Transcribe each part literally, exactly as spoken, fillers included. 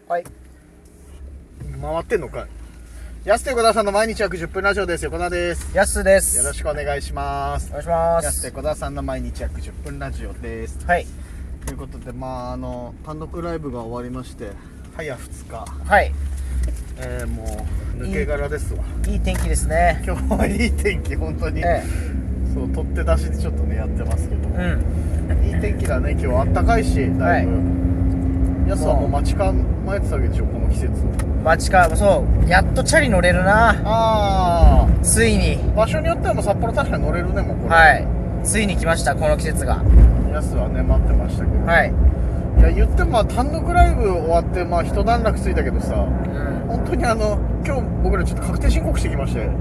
はい。 回ってんのかい。やすと横田さんの毎日約じゅっぷんラジオです。横田です。 やすです。 よろしくお願いします。 お願いします。 やすと横田さんの毎日約じゅっぷんラジオです。 はい。 ということで、まああの単独ライブが終わりまして、早ふつか。 はい。 えー、もう抜け殻ですわ。 いい、いい天気ですね。 今日はいい天気、本当に。ええ、そう取って出しでちょっとねやってますけど。うん。いい天気だね。今日は暖かいし、だいぶ。はい、やすはもう待ち構えてたわけでしょ、この季節。 待ちか、そうやっとチャリ乗れるなあ。あついに場所によってはもう札幌確かに乗れるね、もうこれ。 はい、ついに来ました、この季節が。 やすはね待ってましたけど。 はい。 いや言ってもまあ単独ライブ終わってまあ一段落ついたけどさ、うん、本当にあの今日僕らちょっと確定申告してきまして、うん、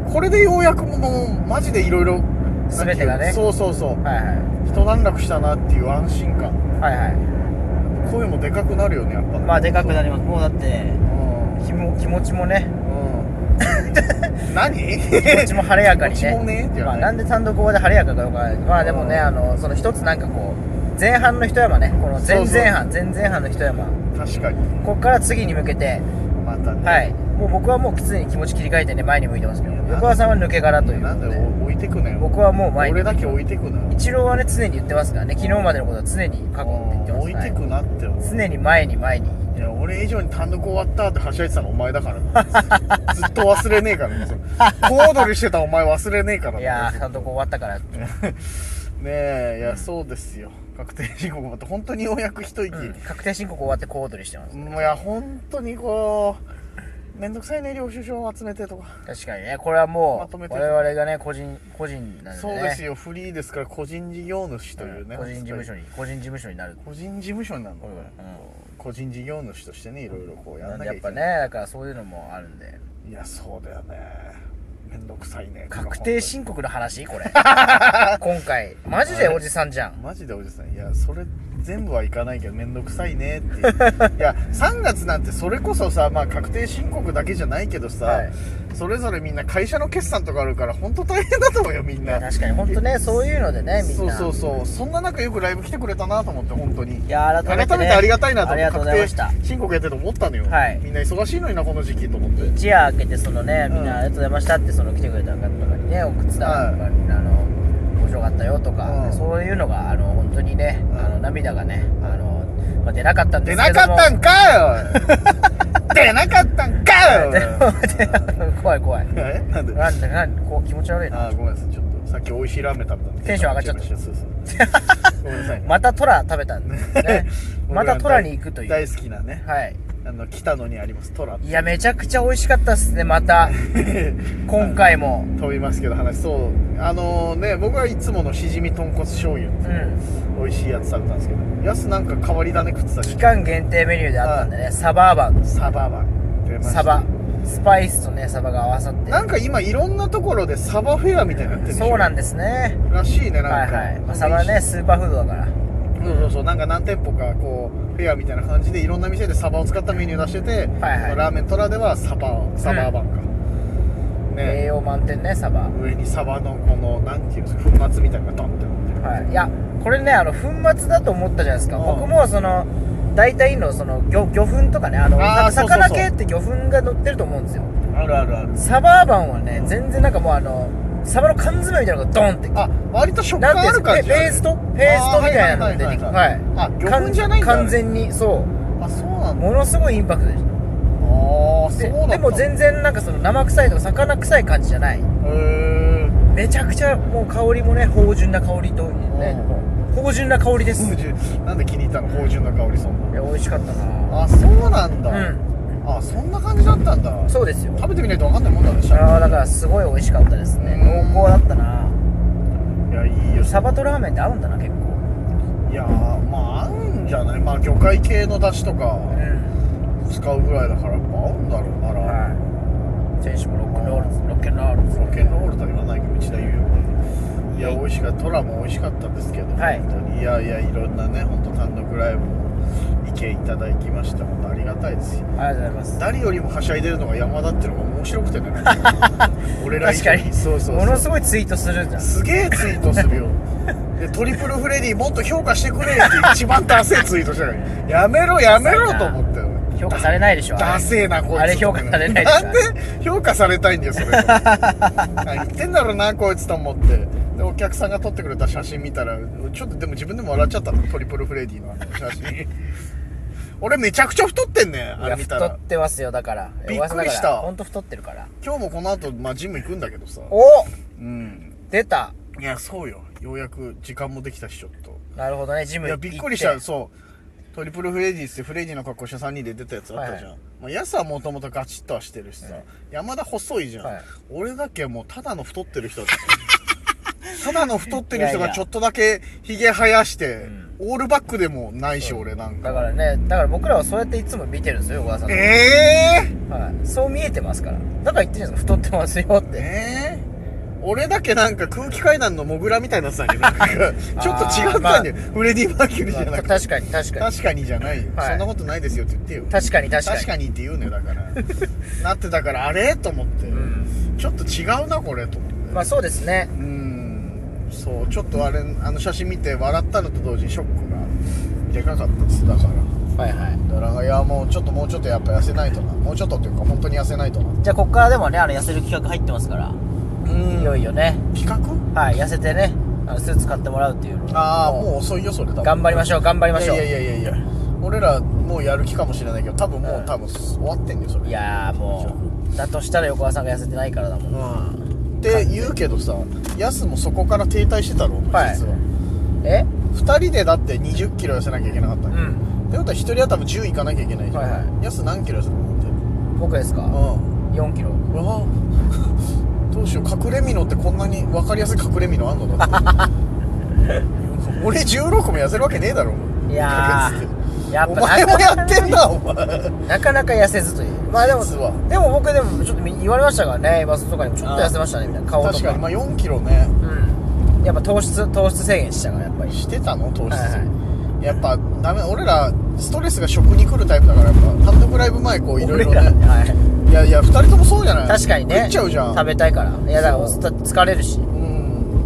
これでようやくもうマジでいろいろ全てがね、 そうそうそう、はいはい、一段落したなっていう安心感。はいはい。声もでかくなるよね、やっぱ。 まあでかくなります。もうだって気も気持ちもね、 うん、何気持ちも晴れやかにね。 気持ちもね、 まあ、なんで単独語で晴れやかかどうか、まあでもね、あのその一つなんかこう前半の一山ね、この前々半前々半の一山、 確かにここから次に向けてまたね、 はい、もう僕はもう常に気持ち切り替えてね前に向いてますけど、横川さんは抜け殻ということで。 なんで置いてくねん。 僕はもう前に、 俺だけ置いてくな。 一郎はね常に言ってますからね、昨日までのことは常に過去って言ってます。 置いてくなって、はい、 常に前に前に。 いや俺以上に単独終わったってはしゃいでたのお前だからずっと忘れねえからね。小躍りしてたお前忘れねえからね。 いやー単独終わったからってねえ、いやそうですよ、確定申告終わって本当にようやく一息、うん、 確定申告終わって小躍りしてます、ね、 いや本当にこうめんどくさいね、領収書を集めてとか。 確かにね、これはもう我々がね個人個人なんでね。 そうですよ、フリーですから個人事業主というね、 うん、個人事務所に個人事務所になる。 個人事務所になるの、うん、個人事業主としてね、いろいろこうやんなきゃいけない。 やっぱね、だからそういうのもあるんで。 いやそうだよね、めんどくさいね。 確定申告の話これ今回マジでおじさんじゃん。 マジでおじさん。いやそれ全部はいかないけどめんどくさいねっていういやさんがつなんてそれこそさ、まあ確定申告だけじゃないけどさ、はい、それぞれみんな会社の決算とかあるから本当大変だと思うよ、みんな。 確かに本当ね、そういうのでね、みんな。 そうそうそう、そんな中よくライブ来てくれたなと思って、本当に。いや改めて、ね、 改めてありがたいなと思って。 ありがとうございました。 確定申告やってて思ったのよ、はい、みんな忙しいのになこの時期と思って。 一夜明けてそのね、みんなありがとうございましたってその来てくれた方とかにね送ってたら、はい、あの面白かったよとか、うん、そういうのがあの本当にね、うん、あの涙がね、あのまあ、出なかったんですけども。 出なかったんかよ出なかったんかよ怖い怖い。 えなんでなんでなんでこう気持ち悪いな。 あーごめんなさい、ちょっとさっき美味しいラーメン食べたんでテンション上がっちゃった。 そうそうごめんなさい、ね、 またトラ食べたんですねまたトラに行くという大好きなね、 はい、 あの北野にありますトラ。 いやめちゃくちゃ美味しかったっすね、また今回も飛びますけど話。そうあのー、ね僕はいつものしじみ豚骨醤油っていう、うん、美味しいやつ食べたんですけど、やすなんか変わり種食ってたし、 期間限定メニューであったんでね、サバーバンサバーバン出ました。 サバスパイスとねサバが合わさって、 なんか今いろんなところでサバフェアみたいになってるでしょ。 そうなんですね、 らしいね、なんか、 はいはい、まあ、サバねスーパーフードだから。 そうそうそう、なんか何店舗かこうフェアみたいな感じでいろんな店でサバを使ったメニュー出してて、はいはい、ラーメントラではサバサバーバンか、 うん、ね、栄養満点ねサバ。 上にサバのこのなんていうんですか、粉末みたいなのがドンってなってる、 はい、いやこれねあの粉末だと思ったじゃないですか、うん、僕もその大体のその 魚, 魚粉とかね、あのあ魚系って魚粉が乗ってると思うんですよ。 あるあるある。 サバーバンはね、うん、全然なんかもうあのサバの缶詰みたいなのがドンって、 あ割と食感ある感じ、 ペーストペーストみたいなのが出てきて、はい、 あ魚粉じゃないんだ、 完全にそう、 あそうなんだ、 ものすごいインパクトでした。 ああそうなんだ。 でも全然なんかその生臭いとか魚臭い感じじゃない。へえ。めちゃくちゃもう香りもね芳醇な香りとね、芳醇な香りです。 なんで気に入ったの、芳醇な香り。そんな。 いや美味しかったな。 あそうなんだ、うん、あそんな感じだったんだ。 そうですよ、 食べてみないと分かんないもんなんでしょ。 ああだからすごい美味しかったですね、濃厚だったな。 いやいいよ、 サバとラーメンって合うんだな結構。 いやまあ合うんじゃない、まあ魚介系の出汁とか使うぐらいだからやっぱ合うんだろうなら、はい、 選手もロックンロールロッケンロールロッケンロールとは言わないけどうちで言うよ。いや美味しかった、トラも美味しかったんですけど、はい、本当にいやいやいろんなね本当単独ライブも意見いただきました。本当ありがたいですよ。 ありがとうございます。 誰よりもはしゃいでるのが山田っていうのが面白くてね俺ら確かにそうそうそう、ものすごいツイートするじゃん。 すげえツイートするよでトリプルフレディもっと評価してくれって一番ダセえツイートしてるやめろやめろと思って評価されないでしょ。 ダセえなこいつ。 あれ評価されないでしょ。 なんで評価されたいんだよそれ。何言ってんだろうなこいつと思って。でお客さんが撮ってくれた写真見たらちょっとでも自分でも笑っちゃったの。トリプルフレディのあの写真。俺めちゃくちゃ太ってんねあれ見たら。 太ってますよ。だからびっくりした。 ほんと太ってるから。 今日もこの後、まあ、ジム行くんだけどさ。 お、 うん、 出た。 いやそうよ、ようやく時間もできたしちょっと。 なるほどね。ジム行って。 いやびっくりした。そうトリプルフレディってフレディの格好したさんにんで出たやつあったじゃん、はいはい。まあ、ヤスはもともとガチッとはしてるしさ、はい、山田細いじゃん、はい、俺だけもうただの太ってる人だったただの太ってる人がちょっとだけヒゲ生やして、いやいや、うん、オールバックでもないし、俺なんかだからね、だから僕らはそうやっていつも見てるんですよ、横田さん。 ええー、 はい、そう見えてますから。だから言ってるんですか、太ってますよって。 ええー俺だけなんか空気階段のモグラみたいになってたんで、なんかちょっと違ったんだよ、まあ、フレディ・マーキュリーじゃなくて、まあ、 確かに確かに確かにじゃないよ、はい、そんなことないですよって言ってよ。 確かに確かに確かにって言うのよ。だからなってたからあれと思って、うん、ちょっと違うなこれと思って。 まあそうですね。 うん、そうちょっとあれあの写真見て笑ったのと同時にショックがでかかったです。だからはいはい。 だからいやもうちょっともうちょっとやっぱ痩せないとな。もうちょっとっていうか本当に痩せないとな。 じゃあこっからでもね、あの痩せる企画入ってますから。 うん、 いよいよね。 企画？ はい、痩せてね、あのスーツ買ってもらうっていうの。 ああ、もう遅いよそれだ。 頑張りましょう頑張りましょう。 いやいやいやいや俺らもうやる気かもしれないけど、多分もう、うん、多分終わってんだよそれ。 いやーもうだとしたら横川さんが痩せてないからだもんな、うん、 って言うけどさ、ヤスもそこから停滞してたろ、はい、実は。えふたりでだってにじゅっキロ痩せなきゃいけなかったんだよ、うん、ってことはひとりは多分じゅういかなきゃいけないじゃん、はいはい、ヤス何キロ痩せたのって。 僕ですか、うん、よんキロ。うわどうしよう、隠れみのってこんなに分かりやすい隠れみのあんのだって俺じゅうろくも痩せるわけねえだろ。 いやーやっぱお前もやってんなお前。 なかなか痩せずという。まあでもでも僕でもちょっと言われましたからね、バスとかにもちょっと痩せましたねみたいな。顔とか確かにまあよんキロね。 うん、やっぱ糖質糖質制限したからやっぱり。 してたの糖質、はいはい、やっぱダメ。俺らストレスが食に来るタイプだから、やっぱ単独ライブ前こういろいろね、はい、いやいやふたりともそうじゃない。 確かにね、 食っちゃうじゃん、 食べたいから。いやだから疲れるし、うん、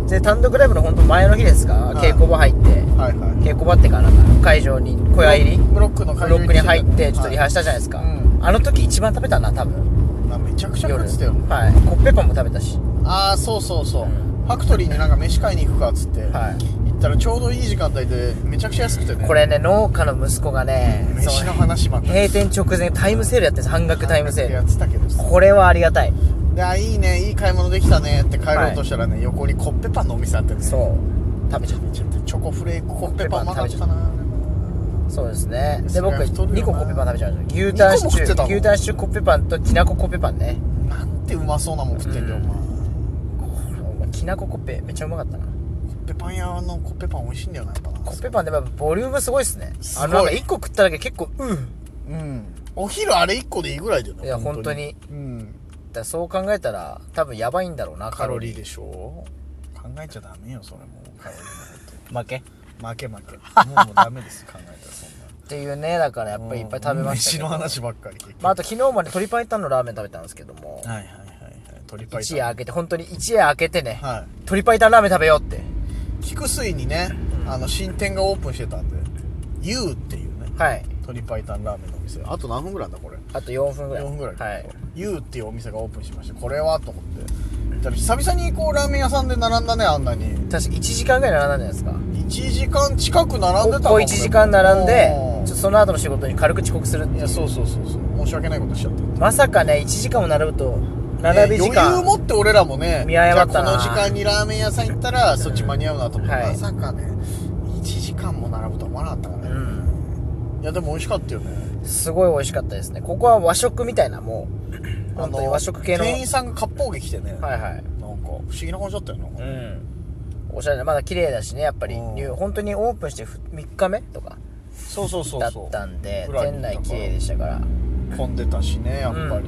で単独ライブの本当前の日ですか、はい、稽古場入って、はいはい、稽古場ってかなんか会場に小屋入りブロックの会場ブロックに入ってちょっとリハしたじゃないですか、はい、うん、あの時一番食べたな多分。 まあ、めちゃくちゃ食ってたよ、 はい、コッペパンも食べたし。 ああそうそうそう、うん、ファクトリーになんか飯買いに行くかっつって、はい、行ったらちょうどいい時間帯でめちゃくちゃ安くてね。 これね、農家の息子がね、 飯の話ばっかり閉店直前タイムセールやってるんです。半額タイムセールやってたけど、 これはありがたい。 で、あ、いいね、いい買い物できたねって帰ろうとしたらね、はい、横にコッペパンのお店あってね、 そう食べちゃってチョコフレークコッペパンうまかったな。 そうですね。で僕にこコッペパン食べちゃうんですよ。牛タンシチュー牛タンシチューコッペパンときなこコッペパンね。 なんてうまそうなもん食ってんだよ、うん、 お前きなこコッペめっちゃうまかったな。 コッペパン屋のコッペパン美味しいんだよな、やっぱな。 コッペパンでやっぱボリュームすごいっすね。あのなんかいっこ食っただけ結構うんうんお昼あれいっこでいいぐらいだよね。 いや本当に、うん、だそう考えたら多分やばいんだろうな。 カロリーでしょ。考えちゃダメよそれも。カロリーの負け負け負けもうもうダメです考えたらそんなっていうね。だからやっぱりいっぱい食べましたけど、 飯の話ばっかり。 まあ、あと昨日まで鶏白湯のラーメン食べたんですけども、 はいはいはいはい、鶏白湯一夜明けて本当に一夜明けてね、はい、鶏白湯ラーメン食べようって菊水にね、うん、あの新店がオープンしてたんで ユー っていうね、はい、鶏白湯ラーメンのお店。あと何分ぐらいだこれ。 あとよんぷんぐらいよんぷんぐらい、 はい、 ユー っていうお店がオープンしました。これはと思って、だ久々にこうラーメン屋さんで並んだね。あんなに確かいちじかんぐらい並んだんじゃないですか。 いちじかん近く並んでたもんね。いちじかん並んでちょっとその後の仕事に軽く遅刻するっていう。 いやそうそうそうそう申し訳ないことしちゃった。 まさかねいちじかんも並ぶと並び時間、 ね、余裕持って俺らもね見誤ったな。 じゃあこの時間にラーメン屋さん行ったらそっち間に合うなと思って、うん、まさかねいちじかんも並ぶと思わなかったからね、うん、いやでも美味しかったよね。 すごい美味しかったですね。ここは和食みたいな、もう本当に和食系の店員さんが割烹着着てね、 はいはい、 なんか不思議な感じだったよな。うん、 おしゃれな、まだ綺麗だしね、やっぱり、うん、本当にオープンしてみっかめとかそうそうそうだったんで、店内綺麗でしたから。 混んでたしねやっぱり、うん、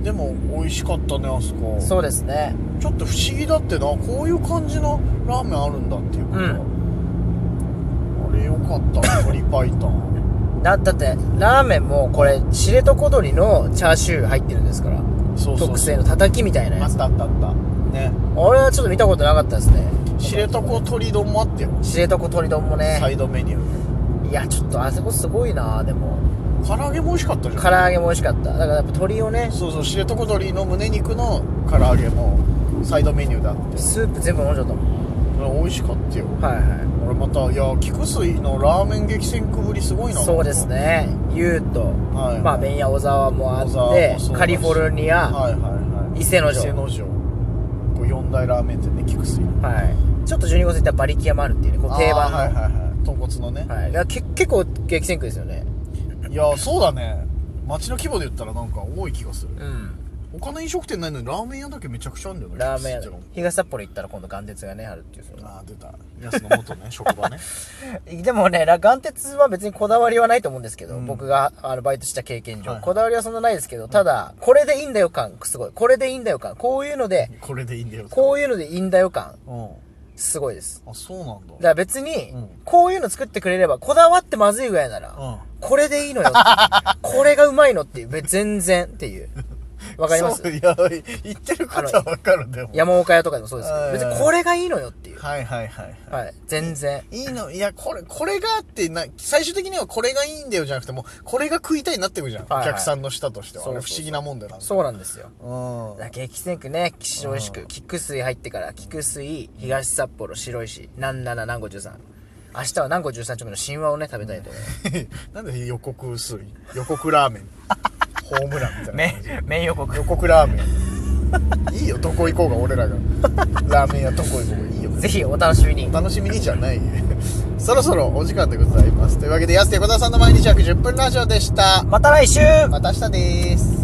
でも美味しかったねあそこ。 そうですね。 ちょっと不思議だってな、こういう感じのラーメンあるんだっていうか、うん、あれよかった鶏白湯だ, だってラーメンもこれ知床鶏のチャーシュー入ってるんですから。そうそうそう、特製のたたきみたいなやつ。 あったあったあったね。 あれはちょっと見たことなかったですね。 知床鶏丼もあってよ。 知床鶏丼もねサイドメニュー。 いやちょっとあそこすごいな。でも唐揚げも美味しかったじゃん。 唐揚げも美味しかった。だからやっぱ鶏をね、 そうそう、知床鶏の胸肉の唐揚げもサイドメニューだって、 スープ全部飲んじゃったもん。 美味しかったよ。 はいはい。 俺また、いや菊水のラーメン激戦区ぶりすごいな。 そうですね。ユーと、 はいはい、 まあ弁屋小沢もあっ小沢てもそうだしカリフォルニア、 はいはいはい、 伊勢の城、 伊勢の城、こう四大ラーメン店ね、菊水。 はい。ちょっとじゅうに号線行ったら馬力屋もあるっていうね、こう定番の、 はいはいはい、豚骨のね。 はい。いやけ結構激戦区ですよね。 いやそうだね。街の規模で言ったらなんか多い気がする。 うん。 他の飲食店ないのにラーメン屋だけめちゃくちゃあるんだよね。 ラーメン屋、東札幌行ったら今度岩鉄がねあるっていう。そのああ出た、安の元ね職場ね。 でもね、岩鉄は別にこだわりはないと思うんですけど、 うん、僕があのバイトした経験上、 はいはい、 こだわりはそんなないですけど、ただこれでいいんだよ感すごい。これでいいんだよ感、こういうのでこれでいいんだよこういうのでいいんだよ感、 うん、 すごいです。 あ、そうなんだ。だから別に、うん、こういうの作ってくれれば、こだわってまずいぐらいなら、うん、これでいいのよこれがうまいのっていう、全然っていう。わかります？ いや、言ってることはわかる。でも山岡屋とかでもそうですけど、別にこれがいいのよっていう。 はいはいはいはい。全然いいの。いや、これこれがあってな、最終的にはこれがいいんだよじゃなくても、これが食いたいになってくるじゃん、はいはい、お客さんの舌としては。そうそうそう、不思議なもんだよな。 そうなんですよ。 うん。 だ激戦区ね、白石区、菊水入ってから菊水、東札幌、白石、南七、南郷じゅうさん。明日は南郷じゅうさん丁目の神話をね食べたいと思います。 なんで予告水予告ラーメンホームランみたいな感じ。 麺予告予告ラーメンいいよ、どこ行こうが俺らがラーメン屋どこ行こうがいいよ。 ぜひお楽しみに。 お楽しみにじゃないそろそろお時間でございます。というわけで、安手小田さんの毎日約じゅっぷんラジオでした。 また来週。 また明日です。